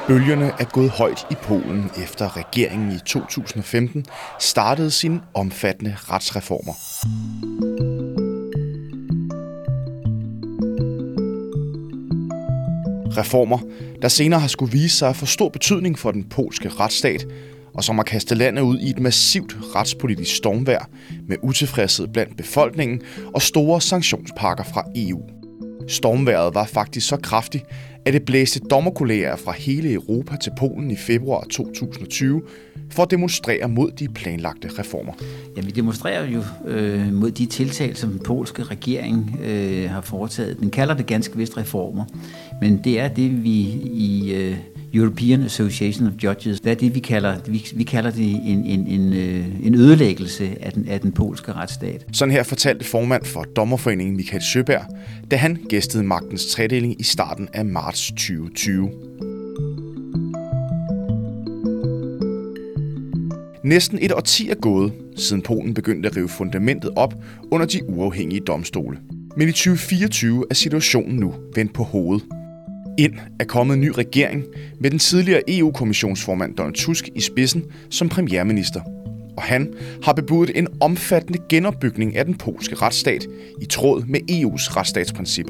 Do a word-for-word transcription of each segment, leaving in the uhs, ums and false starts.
Bølgerne er gået højt i Polen, efter regeringen i to tusind og femten startede sine omfattende retsreformer. Reformer, der senere har skulle vise sig at få stor betydning for den polske retsstat, og som har kastet landet ud i et massivt retspolitisk stormvejr med utilfredshed blandt befolkningen og store sanktionspakker fra E U. Stormvejret var faktisk så kraftigt, at det blæste dommerkolleger fra hele Europa til Polen i februar to tusind og tyve for at demonstrere mod de planlagte reformer. Ja, vi demonstrerer jo øh, mod de tiltag, som den polske regering øh, har foretaget. Den kalder det ganske vist reformer, men det er det, vi i øh, European Association of Judges, det er det, vi kalder, vi, vi kalder det en, en, en, en ødelæggelse af den, af den polske retsstat. Sådan her fortalte formand for Dommerforeningen Michael Sjöberg, da han gæstede magtens tredeling i starten af marts tyve tyve. Næsten et årti er gået, siden Polen begyndte at rive fundamentet op under de uafhængige domstole. Men i tyve fireogtyve er situationen nu vendt på hovedet. Ind er kommet en ny regering med den tidligere E U-kommissionsformand Donald Tusk i spidsen som premierminister. Og han har bebudet en omfattende genopbygning af den polske retsstat i tråd med E U's retsstatsprincipper.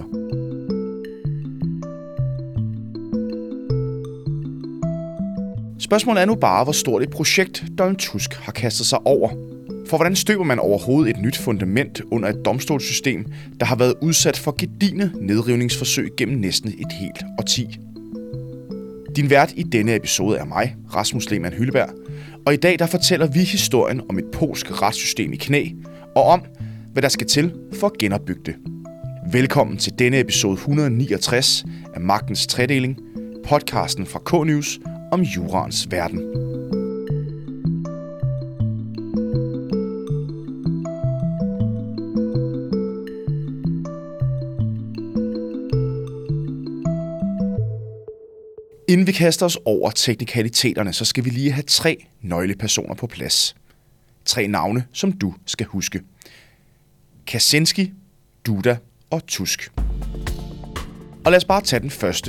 Spørgsmålet er nu bare, hvor stort et projekt Donald Tusk har kastet sig over. For hvordan støber man overhovedet et nyt fundament under et domstolssystem, der har været udsat for gedigne nedrivningsforsøg gennem næsten et helt årti? Din vært i denne episode er mig, Rasmus Lehmann Hylleberg, og i dag der fortæller vi historien om et polsk retssystem i knæ, og om, hvad der skal til for at genopbygge det. Velkommen til denne episode et hundrede og niogtres af Magtens Tredeling, podcasten fra K-News om juraens verden. Inden vi kaster os over teknikaliteterne, så skal vi lige have tre nøglepersoner på plads. Tre navne, som du skal huske. Kaczynski, Duda og Tusk. Og lad os bare tage den første.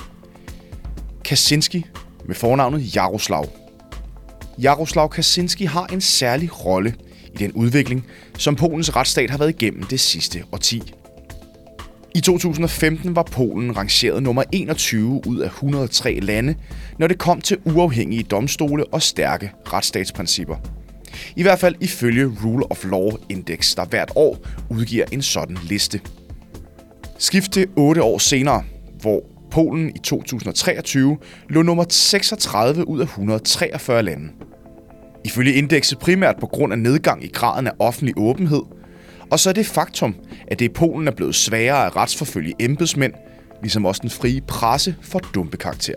Kaczynski med fornavnet Jaroslav. Jaroslav Kaczynski har en særlig rolle i den udvikling, som Polens retsstat har været igennem det sidste årti. I to tusind og femten var Polen rangeret nummer enogtyve ud af et hundrede og tre lande, når det kom til uafhængige domstole og stærke retsstatsprincipper. I hvert fald ifølge Rule of Law Index, der hvert år udgiver en sådan liste. Skift til otte år senere, hvor Polen i to tusind og treogtyve lå nummer seksogtredive ud af et hundrede og treogfyrre lande. Ifølge indekset primært på grund af nedgang i graden af offentlig åbenhed, og så er det faktum, at det i Polen er blevet sværere at retsforfølge embedsmænd, ligesom også den frie presse får dumpe karakter.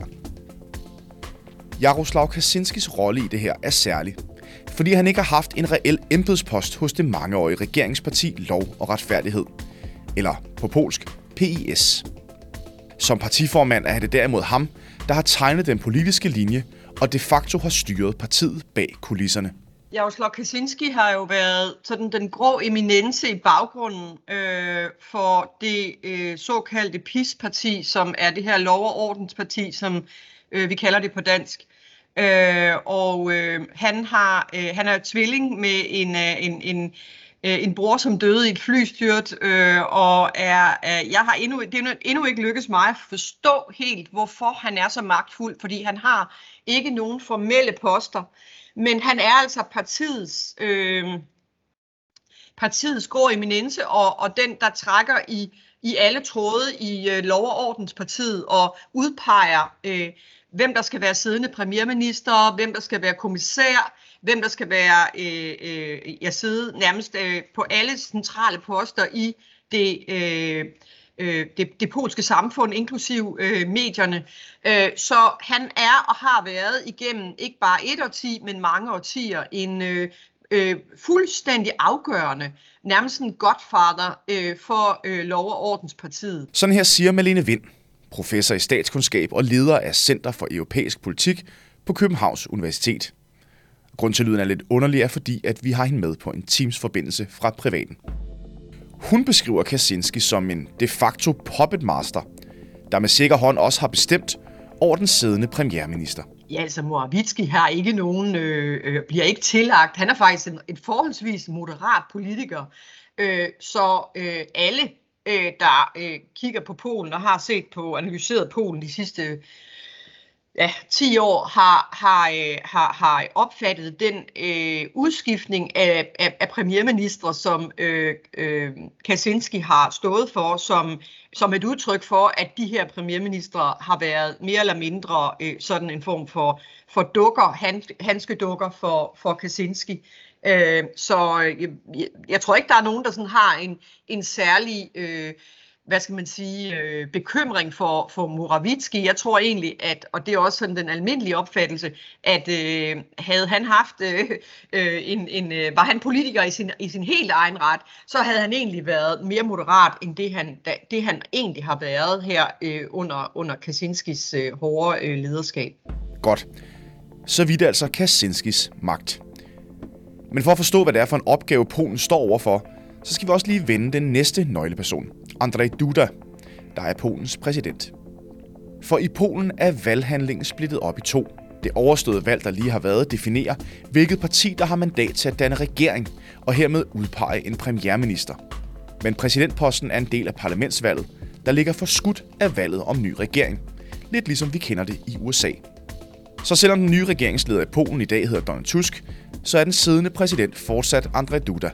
Jaroslav Kaczynskis rolle i det her er særlig, fordi han ikke har haft en reel embedspost hos det mangeårige regeringsparti Lov og Retfærdighed, eller på polsk P I S. Som partiformand er det derimod ham, der har tegnet den politiske linje og de facto har styret partiet bag kulisserne. Jaroslav Kaczynski har jo været sådan den grå eminence i baggrunden øh, for det øh, såkaldte P I S-parti, som er det her lov- og ordensparti, som øh, vi kalder det på dansk. Øh, og øh, han har øh, han er tvilling med en en en en bror, som døde i et flystyrt, øh, og er øh, jeg har endnu det er endnu ikke lykkedes mig at forstå helt, hvorfor han er så magtfuld, fordi han har ikke nogen formelle poster. Men han er altså partiets, øh, partiets grå eminence, og, og den, der trækker i, i alle tråde i øh, Lov- og Ordenspartiet og udpeger, øh, hvem der skal være siddende premierminister, hvem der skal være kommissær, hvem der skal være øh, øh, jeg sidde nærmest øh, på alle centrale poster i det øh, Det, det polske samfund, inklusiv øh, medierne. Øh, så han er og har været igennem ikke bare et årti, men mange årtier en øh, øh, fuldstændig afgørende, nærmest en godfather øh, for øh, Lov- og Ordenspartiet. Sådan her siger Malene Wind, professor i statskundskab og leder af Center for Europæisk Politik på Københavns Universitet. Grunden til lyden er lidt underlig er, fordi at vi har hende med på en Teams-forbindelse fra privaten. Hun beskriver Kaczynski som en de facto puppet master, der med sikker hånd også har bestemt over den siddende premierminister. Ja, altså Morawiecki har ikke nogen, øh, øh, bliver ikke tillagt. Han er faktisk en, en forholdsvis moderat politiker. Øh, så øh, alle, øh, der øh, kigger på Polen og har set på, analyseret Polen de sidste ja, ti år, har, har, øh, har, har opfattet den øh, udskiftning af, af, af premierministre, som øh, øh, Kaczynski har stået for, som, som et udtryk for, at de her premierministre har været mere eller mindre øh, sådan en form for, for dukker, hans, handskedukker for, for Kaczynski. Øh, så jeg, jeg tror ikke, der er nogen, der sådan har en, en særlig øh, hvad skal man sige, øh, bekymring for, for Morawiecki. Jeg tror egentlig, at, og det er også sådan den almindelige opfattelse, at øh, havde han haft, øh, øh, en, en, øh, var han politiker i sin, i sin helt egen ret, så havde han egentlig været mere moderat, end det han, det han egentlig har været her øh, under, under Kaczynskis øh, hårde øh, lederskab. Godt. Så vidt altså Kaczynskis magt. Men for at forstå, hvad det er for en opgave, Polen står overfor, så skal vi også lige vende den næste nøgleperson, Andrzej Duda, der er Polens præsident. For i Polen er valghandlingen splittet op i to. Det overståede valg, der lige har været, definerer, hvilket parti, der har mandat til at danne regering, og hermed udpege en premierminister. Men præsidentposten er en del af parlamentsvalget, der ligger forskudt af valget om ny regering. Lidt ligesom vi kender det i U S A. Så selvom den nye regeringsleder i Polen i dag hedder Donald Tusk, så er den siddende præsident fortsat Andrzej Duda.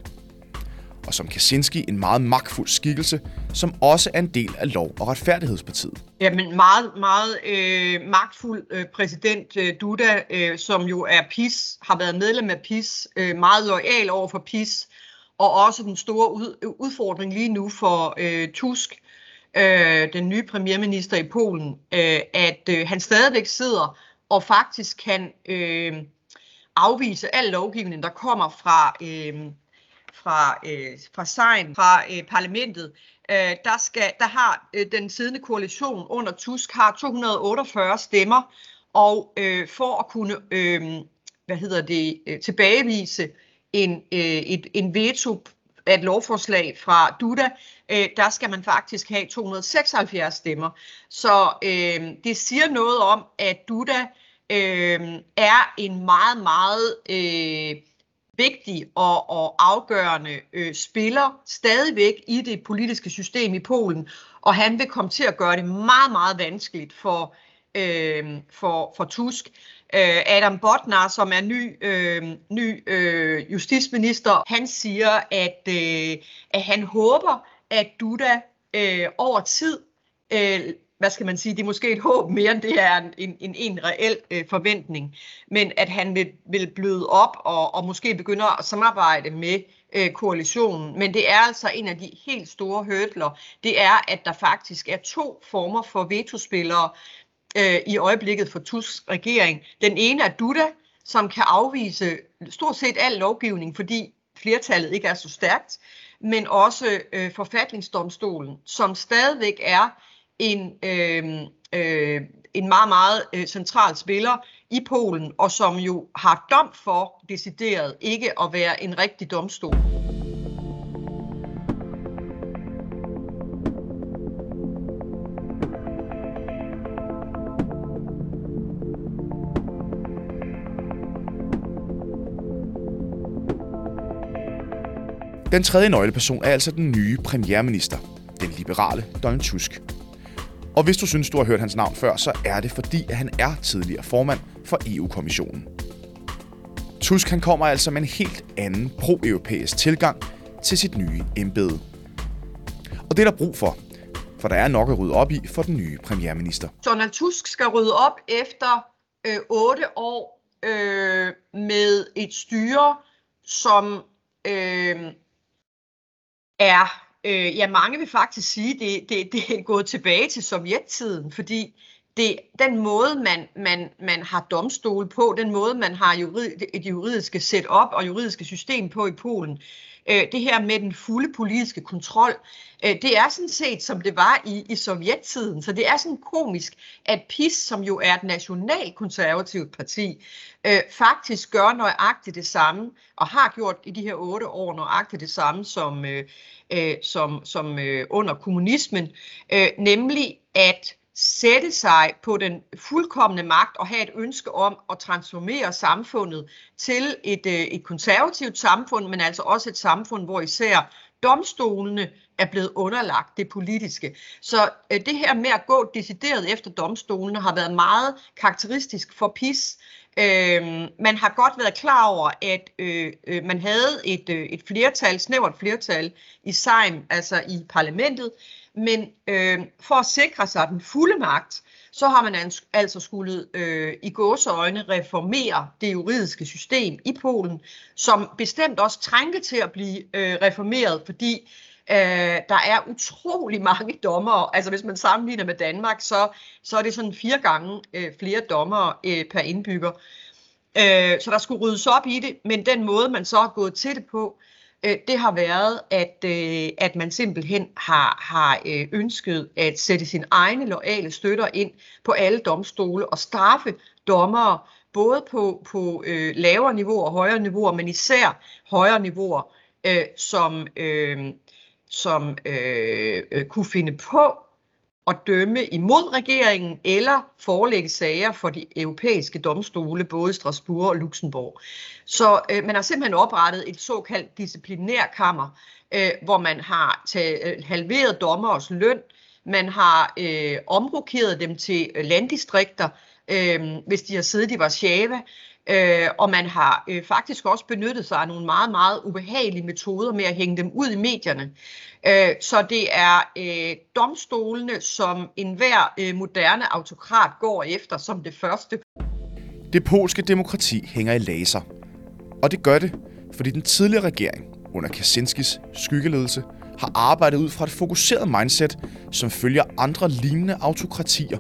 Og som Kaczynski en meget magtfuld skikkelse, som også er en del af Lov- og Retfærdighedspartiet. Jamen meget, meget øh, magtfuld øh, præsident øh, Duda, øh, som jo er P I S, har været medlem af P I S, øh, meget loyal over for P I S, og også den store ud, udfordring lige nu for øh, Tusk, øh, den nye premierminister i Polen, øh, at øh, han stadigvæk sidder og faktisk kan øh, afvise al lovgivning, der kommer fra øh, fra, øh, fra Sejm, fra øh, parlamentet. Øh, der, skal, der har øh, den siddende koalition under Tusk har to hundrede og otteogfyrre stemmer, og øh, for at kunne øh, hvad hedder det, øh, tilbagevise en, øh, et, en veto af et lovforslag fra Duda, øh, der skal man faktisk have to hundrede og seksoghalvfjerds stemmer. Så øh, det siger noget om, at Duda øh, er en meget, meget øh, vigtig og, og afgørende øh, spiller stadigvæk i det politiske system i Polen, og han vil komme til at gøre det meget, meget vanskeligt for, øh, for, for Tusk. Øh, Adam Bodnar, som er ny, øh, ny øh, justitsminister, han siger, at, øh, at han håber, at Duda øh, over tid, øh, hvad skal man sige, det er måske et håb mere, end det er en, en, en reel øh, forventning, men at han vil, vil bløde op og, og måske begynde at samarbejde med øh, koalitionen. Men det er altså en af de helt store hurdler, det er, at der faktisk er to former for vetospillere øh, i øjeblikket for Tusks regering. Den ene er Duda, som kan afvise stort set al lovgivning, fordi flertallet ikke er så stærkt, men også øh, forfatningsdomstolen, som stadigvæk er en, øh, øh, en meget, meget øh, central spiller i Polen, og som jo har dom for decideret ikke at være en rigtig domstol. Den tredje nøgleperson er altså den nye premierminister, den liberale Donald Tusk. Og hvis du synes, du har hørt hans navn før, så er det fordi, at han er tidligere formand for E U-kommissionen. Tusk han kommer altså med en helt anden pro-europæisk tilgang til sit nye embede. Og det er der brug for, for der er nok at rydde op i for den nye premierminister. Donald Tusk skal rydde op efter øh, otte år øh, med et styre, som øh, er... Øh, ja, mange vil faktisk sige, at det, det, det er gået tilbage til sovjettiden, fordi det, den måde, man, man, man har domstole på, den måde, man har jurid, et juridiske setup og juridiske system på i Polen, øh, det her med den fulde politiske kontrol, øh, det er sådan set, som det var i, i sovjettiden. Så det er sådan komisk, at P I S, som jo er et nationalkonservativt parti, øh, faktisk gør nøjagtigt det samme, og har gjort i de her otte år nøjagtigt det samme som, øh, øh, som, som øh, under kommunismen, øh, nemlig at sætte sig på den fuldkomne magt og have et ønske om at transformere samfundet til et, et konservativt samfund, men altså også et samfund, hvor især domstolene er blevet underlagt det politiske. Så øh, det her med at gå decideret efter domstolene har været meget karakteristisk for P I S. Øh, man har godt været klar over, at øh, øh, man havde et, øh, et flertal, snævert flertal i Sejm, altså i parlamentet, men øh, for at sikre sig den fulde magt, så har man altså skulle øh, i gåseøjne reformere det juridiske system i Polen, som bestemt også trængte til at blive øh, reformeret, fordi øh, der er utrolig mange dommere. Altså hvis man sammenligner med Danmark, så, så er det sådan fire gange øh, flere dommere øh, per indbygger. Øh, så der skulle ryddes op i det, men den måde man så er gået til det på, det har været, at, at man simpelthen har, har ønsket at sætte sine egne loyale støtter ind på alle domstole og straffe dommere, både på, på øh, lavere niveauer og højere niveauer, men især højere niveauer, øh, som, øh, som øh, øh, kunne finde på at dømme imod regeringen eller forelægge sager for de europæiske domstole, både Strasbourg og Luxembourg. Så øh, man har simpelthen oprettet et såkaldt disciplinærkammer, øh, hvor man har taget, halveret dommeres løn, man har øh, omrokeret dem til landdistrikter, øh, hvis de har siddet i Warszawa, øh, og man har øh, faktisk også benyttet sig af nogle meget, meget ubehagelige metoder med at hænge dem ud i medierne. Øh, så det er øh, domstolene, som enhver øh, moderne autokrat går efter som det første. Det polske demokrati hænger i laser. Og det gør det, fordi den tidligere regering under Kaczynskis skyggeledelse har arbejdet ud fra et fokuseret mindset, som følger andre lignende autokratier.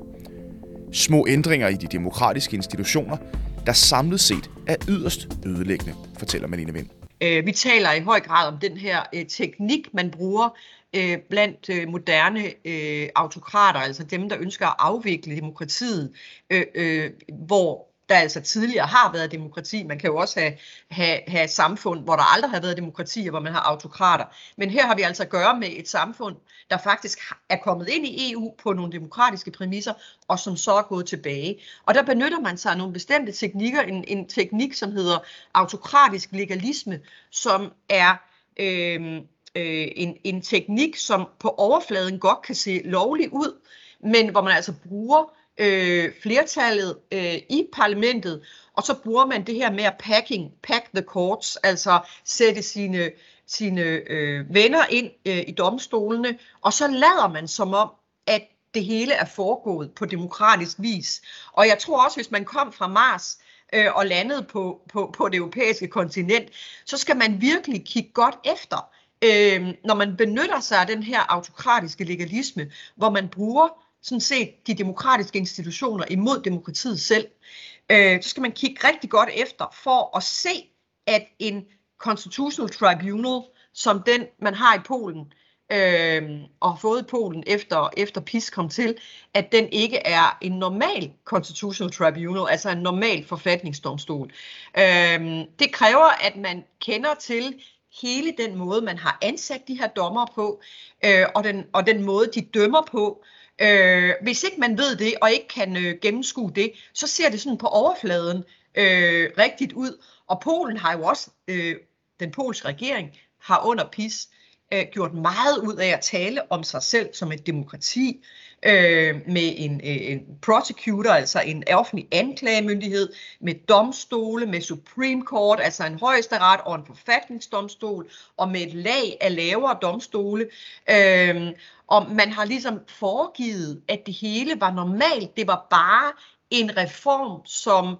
Små ændringer i de demokratiske institutioner, der samlet set er yderst ødelæggende, fortæller Malene Wind. Vi taler i høj grad om den her øh, teknik, man bruger øh, blandt øh, moderne øh, autokrater, altså dem, der ønsker at afvikle demokratiet, øh, øh, hvor der altså tidligere har været demokrati. Man kan jo også have, have, have samfund, hvor der aldrig har været demokrati, og hvor man har autokrater. Men her har vi altså at gøre med et samfund, der faktisk er kommet ind i E U på nogle demokratiske præmisser, og som så er gået tilbage. Og der benytter man sig af nogle bestemte teknikker, en, en teknik, som hedder autokratisk legalisme, som er øh, øh, en, en teknik, som på overfladen godt kan se lovlig ud, men hvor man altså bruger Øh, flertallet øh, i parlamentet, og så bruger man det her med at packing, pack the courts, altså sætte sine, sine øh, venner ind øh, i domstolene, og så lader man som om, at det hele er foregået på demokratisk vis. Og jeg tror også, hvis man kom fra Mars øh, og landede på, på, på det europæiske kontinent, så skal man virkelig kigge godt efter, øh, når man benytter sig af den her autokratiske legalisme, hvor man bruger sådan set de demokratiske institutioner imod demokratiet selv, øh, så skal man kigge rigtig godt efter for at se, at en constitutional tribunal, som den man har i Polen, øh, og har fået i Polen efter, efter P I S kom til, at den ikke er en normal constitutional tribunal, altså en normal forfatningsdomstol. Øh, det kræver, at man kender til hele den måde, man har ansat de her dommere på, øh, og, den, og den måde, de dømmer på. Øh, hvis ikke man ved det, og ikke kan øh, gennemskue det, så ser det sådan på overfladen øh, rigtigt ud. Og Polen har jo også, øh, den polske regering har under P I S øh, gjort meget ud af at tale om sig selv som et demokrati, øh, med en, øh, en prosecutor, altså en offentlig anklagemyndighed, med domstole, med Supreme Court, altså en højesteret og en forfatningsdomstol, og med et lag af lavere domstole. Øh, og man har ligesom foregivet, at det hele var normalt. Det var bare en reform, som,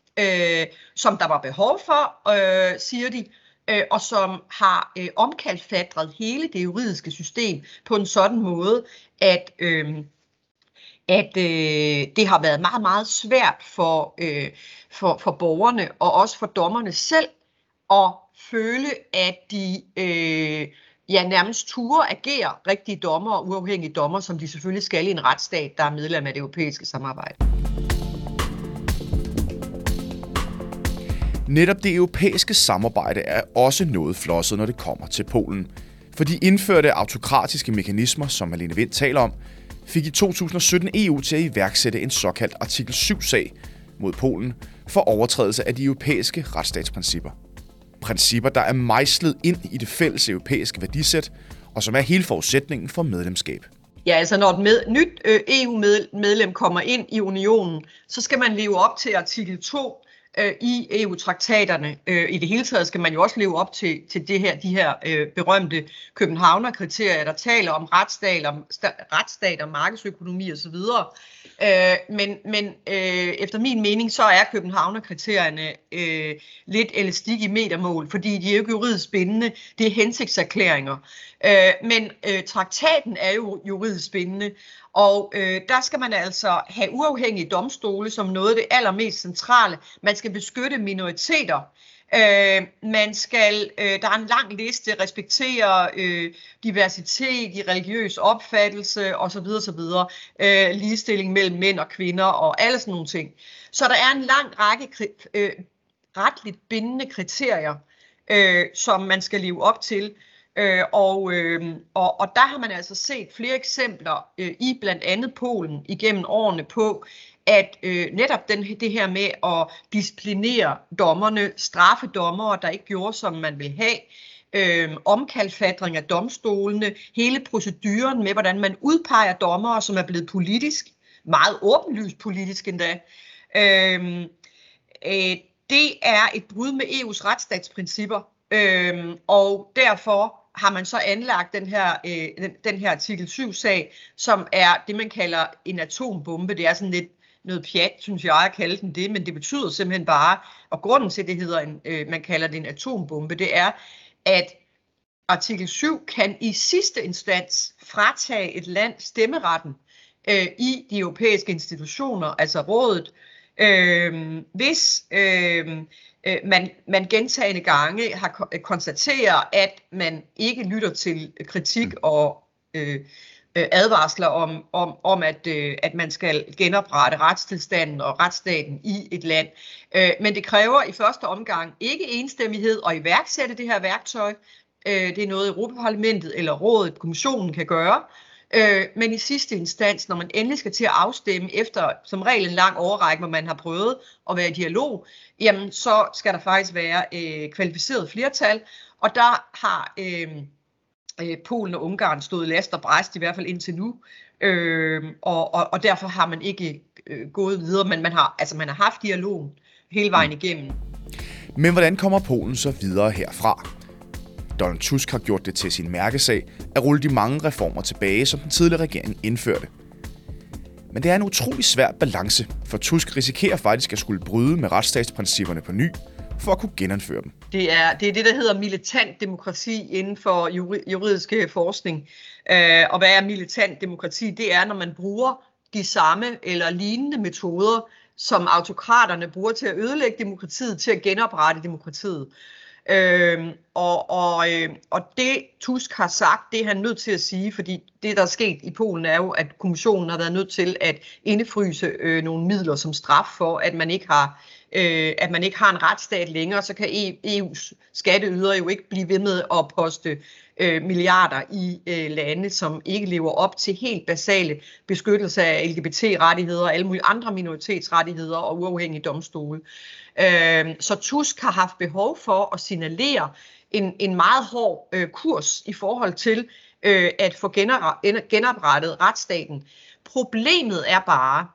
øh, som der var behov for, øh, siger de, øh, og som har øh, omkalfatret hele det juridiske system på en sådan måde, at, øh, at øh, det har været meget, meget svært for, øh, for, for borgerne og også for dommerne selv at føle, at de øh, ja, nærmest turde agere rigtige dommer og uafhængige dommer, som de selvfølgelig skal i en retsstat, der er medlem af det europæiske samarbejde. Netop det europæiske samarbejde er også noget flosset, når det kommer til Polen. For de indførte autokratiske mekanismer, som Malene Wind taler om, fik i to tusind og sytten E U til at iværksætte en såkaldt artikel syv-sag mod Polen for overtrædelse af de europæiske retsstatsprincipper. Principper, der er mejslet ind i det fælles europæiske værdisæt, og som er hele forudsætningen for medlemskab. Ja, altså når et med, nyt øh, E U-medlem kommer ind i unionen, så skal man leve op til artikel to øh, i E U-traktaterne. Øh, I det hele taget skal man jo også leve op til, til det her, de her øh, berømte Københavner-kriterier, der taler om retsstat, om retsstat og markedsøkonomi osv. Øh, men men øh, efter min mening, så er Københavner-kriterierne øh, lidt elastik i metermål, fordi de er jo ikke juridisk bindende, det er hensigtserklæringer. Øh, men øh, traktaten er jo juridisk bindende, og øh, der skal man altså have uafhængige domstole som noget af det allermest centrale. Man skal beskytte minoriteter. Øh, man skal, øh, der er en lang liste, respektere øh, diversitet i religiøs opfattelse osv. osv. Øh, ligestilling mellem mænd og kvinder og alle sådan nogle ting. Så der er en lang række øh, retligt bindende kriterier, øh, som man skal leve op til. Øh, og, øh, og, og der har man altså set flere eksempler øh, i blandt andet Polen igennem årene på, at øh, netop den, det her med at disciplinere dommerne, straffe dommere, der ikke gjorde, som man vil have, øh, omkalfatring af domstolene, hele proceduren med, hvordan man udpeger dommere, som er blevet politisk, meget åbenlyst politisk endda. Øh, øh, det er et brud med E U's retsstatsprincipper, øh, og derfor har man så anlagt den her, øh, den, den her artikel syv-sag, som er det, man kalder en atombombe. Det er sådan lidt noget pjat, synes jeg, at kalde den det, men det betyder simpelthen bare, og grunden til det hedder, en, øh, man kalder det en atombombe, det er, at artikel syv kan i sidste instans fratage et land stemmeretten øh, i de europæiske institutioner, altså rådet, øh, hvis øh, øh, man, man gentagne gange har konstateret, at man ikke lytter til kritik og øh, advarsler om, om, om at, øh, at man skal genoprette retstilstanden og retsstaten i et land. Øh, men det kræver i første omgang ikke enstemmighed at iværksætte det her værktøj. Øh, det er noget Europaparlamentet eller rådet, kommissionen kan gøre. Øh, men i sidste instans, når man endelig skal til at afstemme efter som regel en lang årrække, hvor man har prøvet at være i dialog, jamen så skal der faktisk være øh, kvalificeret flertal, og der har øh, Polen og Ungarn stod last og bræst, i hvert fald indtil nu, øh, og, og, og derfor har man ikke øh, gået videre, men man har, altså man har haft dialogen hele vejen igennem. Men hvordan kommer Polen så videre herfra? Donald Tusk har gjort det til sin mærkesag at rulle de mange reformer tilbage, som den tidligere regering indførte. Men det er en utrolig svær balance, for Tusk risikerer faktisk at skulle bryde med retsstatsprincipperne på ny, for at kunne genindføre dem. Det er, det er det, der hedder militant demokrati inden for juridiske forskning. Øh, og hvad er militant demokrati? Det er, når man bruger de samme eller lignende metoder, som autokraterne bruger til at ødelægge demokratiet, til at genoprette demokratiet. Øh, og, og, øh, og det Tusk har sagt, det er han nødt til at sige, fordi det, der er sket i Polen, er jo, at kommissionen har været nødt til at indefryse øh, nogle midler som straf for, at man ikke har Øh, at man ikke har en retsstat længere, så kan E U's skatteydere jo ikke blive ved med at poste øh, milliarder i øh, lande, som ikke lever op til helt basale beskyttelse af L G B T-rettigheder og alle mulige andre minoritetsrettigheder og uafhængige domstole. Øh, så Tusk har haft behov for at signalere en, en meget hård øh, kurs i forhold til øh, at få genoprettet retsstaten. Problemet er bare,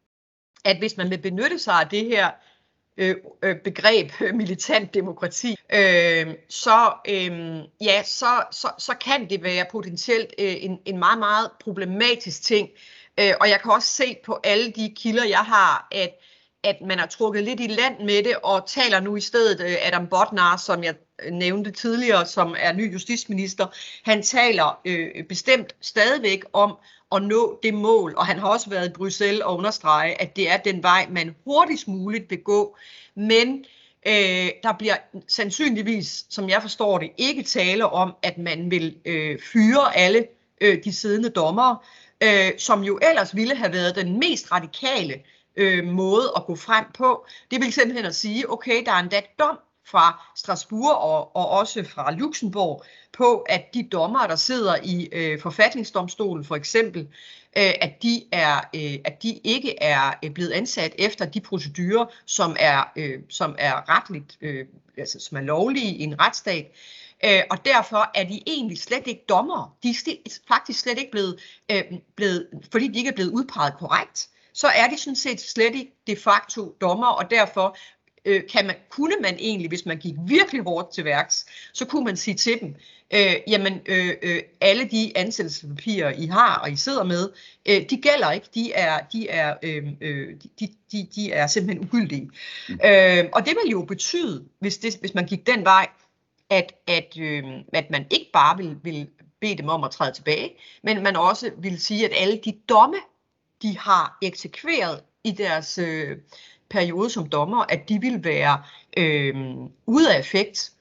at hvis man vil benytte sig af det her Øh, øh, begreb øh, militant demokrati, øh, så, øh, ja, så, så, så kan det være potentielt øh, en, en meget, meget problematisk ting. Øh, og jeg kan også se på alle de kilder, jeg har, at, at man har trukket lidt i land med det, og taler nu i stedet øh, Adam Bodnar, som jeg nævnte tidligere, som er ny justitsminister. Han taler øh, bestemt stadigvæk om at nå det mål, og han har også været i Bruxelles og understrege, at det er den vej, man hurtigst muligt vil gå, men øh, der bliver sandsynligvis, som jeg forstår det, ikke tale om, at man vil øh, fyre alle øh, de siddende dommere, øh, som jo ellers ville have været den mest radikale øh, måde at gå frem på. Det vil simpelthen at sige, okay, der er endda dom fra Strasbourg og, og også fra Luxembourg på, at de dommere, der sidder i øh, forfatningsdomstolen for eksempel, øh, at, de er, øh, at de ikke er øh, blevet ansat efter de procedurer, som er, øh, som er retligt, øh, altså som er lovlige i en retsstat. Øh, og derfor er de egentlig slet ikke dommere. De er faktisk slet ikke blevet, øh, blevet, fordi de ikke er blevet udpeget korrekt, så er de sådan set slet ikke de facto dommere, og derfor øh, kan man, kunne man egentlig, hvis man gik virkelig hårdt til værks, så kunne man sige til dem, øh, jamen øh, øh, alle de ansættelsespapirer, I har og I sidder med, øh, de gælder ikke, de er, de er, øh, øh, de, de, de er simpelthen ugyldige. Mm. Øh, og det vil jo betyde, hvis, det, hvis man gik den vej, at, at, øh, at man ikke bare vil, vil bede dem om at træde tilbage, men man også vil sige, at alle de domme, de har eksekveret i deres øh, periode som dommer, at de vil være øh, ude af effekt.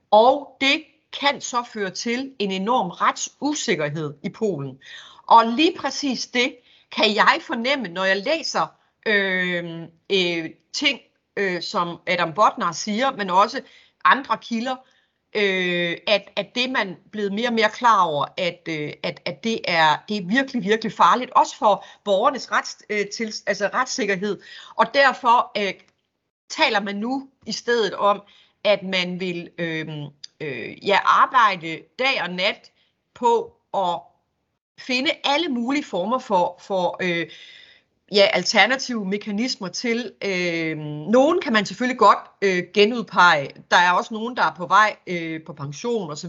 Og det kan så føre til en enorm retsusikkerhed i Polen. Og lige præcis det kan jeg fornemme, når jeg læser øh, øh, ting, øh, som Adam Bodnar siger, men også andre kilder, Øh, at, at det man er blevet mere og mere klar over, at, øh, at, at det, er, det er virkelig, virkelig farligt, også for borgernes rets, øh, til, altså retssikkerhed. Og derfor øh, taler man nu i stedet om, at man vil øh, øh, ja, arbejde dag og nat på at finde alle mulige former for, for øh, ja, alternative mekanismer til. Øh, nogen kan man selvfølgelig godt øh, genudpege. Der er også nogen, der er på vej øh, på pension osv.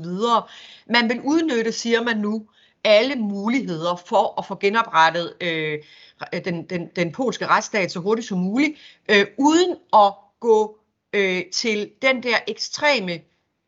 Man vil udnytte, siger man nu, alle muligheder for at få genoprettet øh, den, den, den polske retsstat så hurtigt som muligt, øh, uden at gå øh, til den der ekstreme,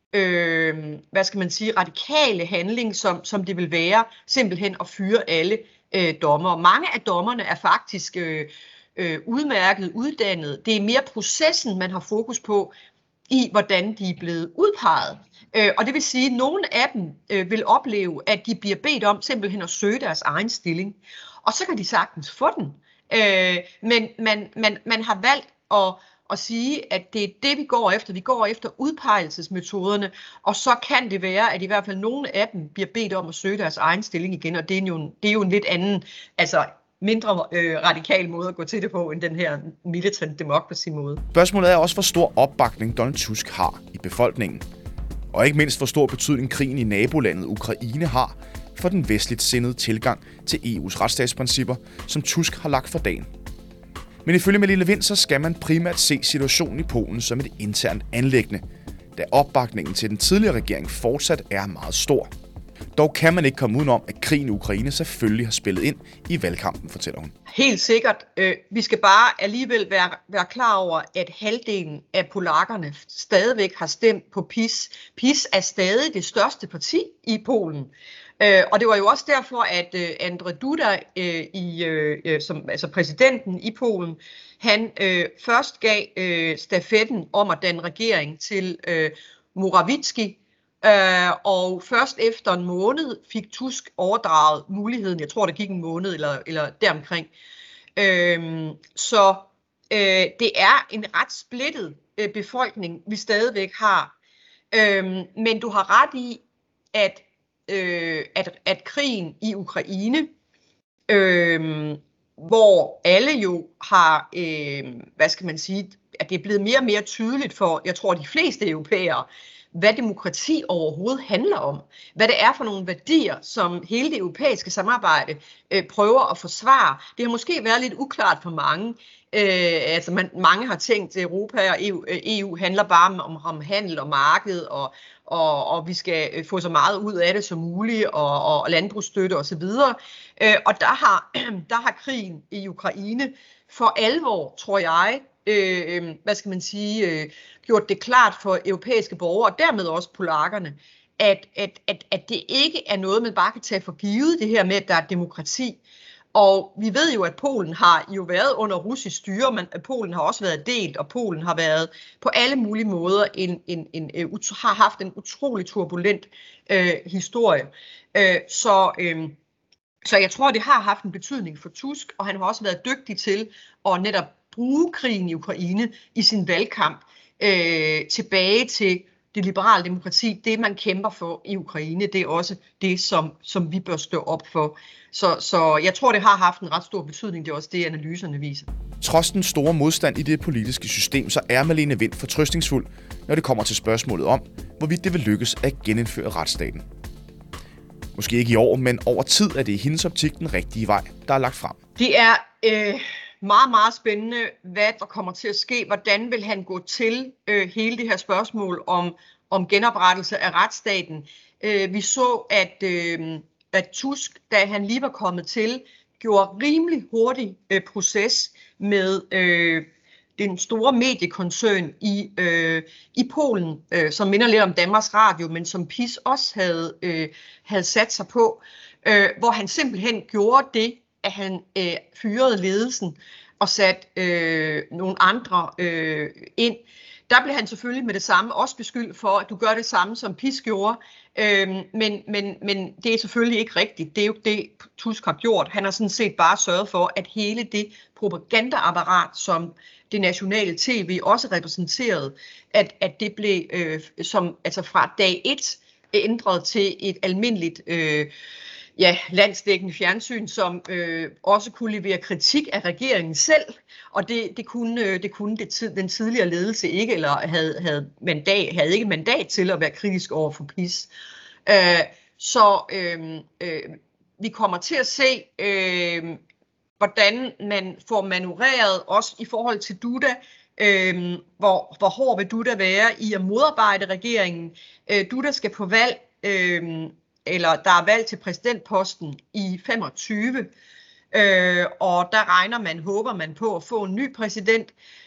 øh, hvad skal man sige, radikale handling, som, som det vil være, simpelthen at fyre alle Øh, dommer. Mange af dommerne er faktisk øh, øh, udmærket, uddannet. Det er mere processen, man har fokus på, i hvordan de er blevet udpeget. Øh, og det vil sige, at nogle af dem øh, vil opleve, at de bliver bedt om simpelthen at søge deres egen stilling. Og så kan de sagtens få den. Øh, men man, man, man har valgt at at sige, at det er det, vi går efter. Vi går efter udpegelsesmetoderne, og så kan det være, at i hvert fald nogle af dem bliver bedt om at søge deres egen stilling igen, og det er jo en, det er jo en lidt anden, altså mindre øh, radikal måde at gå til det på, end den her militant democracy måde. Spørgsmålet er også, hvor stor opbakning Donald Tusk har i befolkningen, og ikke mindst, hvor stor betydning krigen i nabolandet Ukraine har for den vestligt sindede tilgang til E U's retsstatsprincipper, som Tusk har lagt for dagen. Men ifølge Malene Wind, så skal man primært se situationen i Polen som et internt anliggende, da opbakningen til den tidligere regering fortsat er meget stor. Dog kan man ikke komme udenom, at krigen i Ukraine selvfølgelig har spillet ind i valgkampen, fortæller hun. Helt sikkert. Vi skal bare alligevel være, være klar over, at halvdelen af polakkerne stadigvæk har stemt på PiS. PiS er stadig det største parti i Polen. Øh, og det var jo også derfor, at øh, Andrzej Duda, øh, i, øh, som, altså præsidenten i Polen, han øh, først gav øh, stafetten om at danne regering til øh, Morawiecki, øh, og først efter en måned fik Tusk overdraget muligheden, jeg tror der gik en måned eller, eller deromkring. Øh, så øh, det er en ret splittet øh, befolkning, vi stadigvæk har. Øh, men du har ret i, at Øh, at, at krigen i Ukraine, øh, hvor alle jo har, øh, hvad skal man sige, at det er blevet mere og mere tydeligt for, jeg tror de fleste europæere, hvad demokrati overhovedet handler om. Hvad det er for nogle værdier, som hele det europæiske samarbejde øh, prøver at forsvare. Det har måske været lidt uklart for mange. Øh, altså man, mange har tænkt, at Europa og E U, E U handler bare om, om handel og marked, og, og, og vi skal få så meget ud af det som muligt, og, og landbrugsstøtte osv. Øh, og der har, der har krigen i Ukraine for alvor, tror jeg, øh, hvad skal man sige, øh, gjort det klart for europæiske borgere, og dermed også polakkerne, at, at, at, at det ikke er noget, man bare kan tage for givet, det her med, at der er demokrati. Og vi ved jo, at Polen har jo været under russisk styre, men at Polen har også været delt, og Polen har været på alle mulige måder en, en, en, en har haft en utrolig turbulent øh, historie. Øh, så, øh, så jeg tror, det har haft en betydning for Tusk, og han har også været dygtig til at netop bruge krigen i Ukraine i sin valgkamp. øh, tilbage til det liberale demokrati. Det, man kæmper for i Ukraine, det er også det, som, som vi bør stå op for. Så, så jeg tror, det har haft en ret stor betydning. Det er også det, analyserne viser. Trods den store modstand i det politiske system, så er Marlene Wind fortrøstningsfuld, når det kommer til spørgsmålet om, hvorvidt det vil lykkes at genindføre retsstaten. Måske ikke i år, men over tid er det i hendes optik den rigtige vej, der er lagt frem. Det er øh, meget, meget spændende, hvad der kommer til at ske. Hvordan vil han gå til øh, hele det her spørgsmål om, om genoprettelse af retsstaten? Øh, vi så, at, øh, at Tusk, da han lige var kommet til, gjorde rimelig hurtig øh, proces med øh, den store mediekoncern i, øh, i Polen, øh, som minder lidt om Danmarks Radio, men som P I S også havde, øh, havde sat sig på, øh, hvor han simpelthen gjorde det, at han øh, fyrede ledelsen og satte øh, nogle andre øh, ind. Der blev han selvfølgelig med det samme også beskyldt for, at du gør det samme, som P I S gjorde. Øhm, men, men, men det er selvfølgelig ikke rigtigt. Det er jo det, Tusk har gjort. Han har sådan set bare sørget for, at hele det propagandaapparat, som det nationale tv også repræsenterede, at, at det blev øh, som, altså fra dag et ændret til et almindeligt øh, ja, landsdækkende fjernsyn, som øh, også kunne levere kritik af regeringen selv, og det, det kunne, øh, det kunne det tid, den tidligere ledelse ikke, eller havde, havde, mandat, havde ikke mandat til at være kritisk over for P I S. Øh, så øh, øh, vi kommer til at se, øh, hvordan man får manøvreret, også i forhold til Duda, øh, hvor, hvor hård vil Duda være i at modarbejde regeringen. Øh, Duda skal på valg, øh, eller der er valg til præsidentposten i femogtyve, øh, og der regner man, håber man på at få en ny præsident.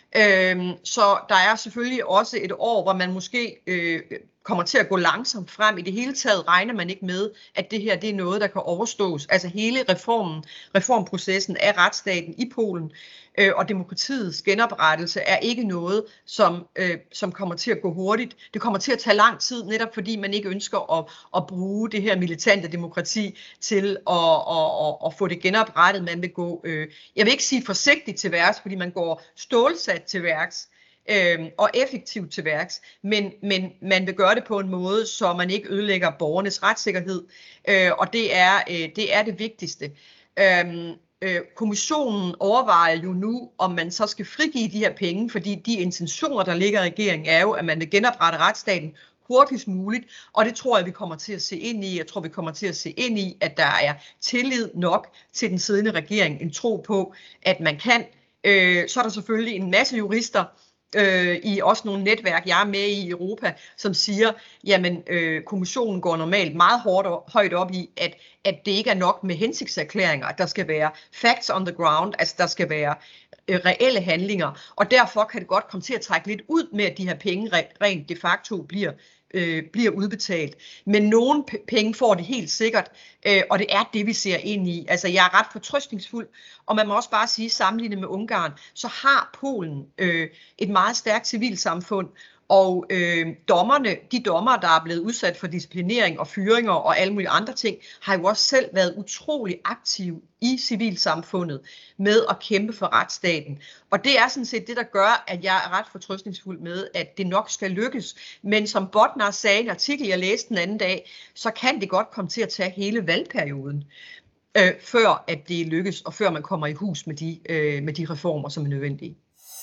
Øh, så der er selvfølgelig også et år, hvor man måske øh, kommer til at gå langsomt frem. I det hele taget regner man ikke med, at det her det er noget, der kan overstås. Altså hele reformen, reformprocessen af retsstaten i Polen øh, og demokratiets genoprettelse er ikke noget, som, øh, som kommer til at gå hurtigt. Det kommer til at tage lang tid, netop fordi man ikke ønsker at, at bruge det her militante demokrati til at, at, at, at få det genoprettet. Man vil gå, øh, jeg vil ikke sige forsigtigt til værks, fordi man går stålsat til værks, Øhm, og effektivt til værks, men, men man vil gøre det på en måde, så man ikke ødelægger borgernes retssikkerhed, øh, og det er, øh, det er det vigtigste. Øhm, øh, kommissionen overvejer jo nu, om man så skal frigive de her penge, fordi de intentioner, der ligger i regeringen, er jo, at man vil genoprette retsstaten hurtigst muligt, og det tror jeg, vi kommer til at se ind i. Jeg tror, vi kommer til at se ind i, at der er tillid nok til den siddende regering, en tro på, at man kan. Øh, så er der selvfølgelig en masse jurister, Øh, i også nogle netværk, jeg er med i i Europa, som siger, jamen øh, kommissionen går normalt meget hårdt og, højt op i, at, at det ikke er nok med hensigtserklæringer, at der skal være facts on the ground, altså der skal være øh, reelle handlinger, og derfor kan det godt komme til at trække lidt ud med, at de her penge re- rent de facto bliver Øh, bliver udbetalt. Men nogle p- penge får de helt sikkert, øh, og det er det, vi ser ind i. Altså, jeg er ret fortrøstningsfuld, og man må også bare sige, sammenlignet med Ungarn, så har Polen øh, et meget stærkt civilsamfund, og øh, dommerne, de dommer, der er blevet udsat for disciplinering og fyringer og alle mulige andre ting, har jo også selv været utrolig aktive i civilsamfundet med at kæmpe for retsstaten. Og det er sådan set det, der gør, at jeg er ret fortrøstningsfuld med, at det nok skal lykkes. Men som Bodnar sagde i en artikel, jeg læste den anden dag, så kan det godt komme til at tage hele valgperioden, øh, før at det lykkes, og før man kommer i hus med de, øh, med de reformer, som er nødvendige.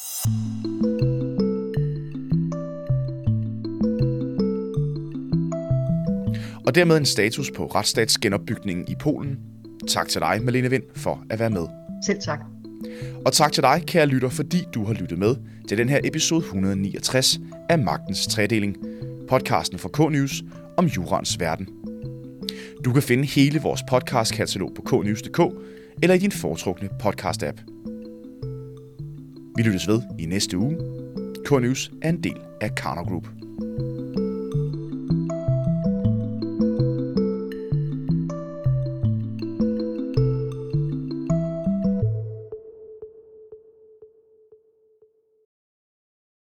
Og dermed en status på retsstatsgenopbygningen i Polen. Tak til dig, Marlene Wind, for at være med. Selv tak. Og tak til dig, kære lytter, fordi du har lyttet med til den her episode et hundrede niogtres af Magtens Tredeling, podcasten fra K-News om jurans verden. Du kan finde hele vores podcastkatalog på k news punktum d k eller i din foretrukne podcast-app. Vi lyttes ved i næste uge. K-News er en del af Karner Group.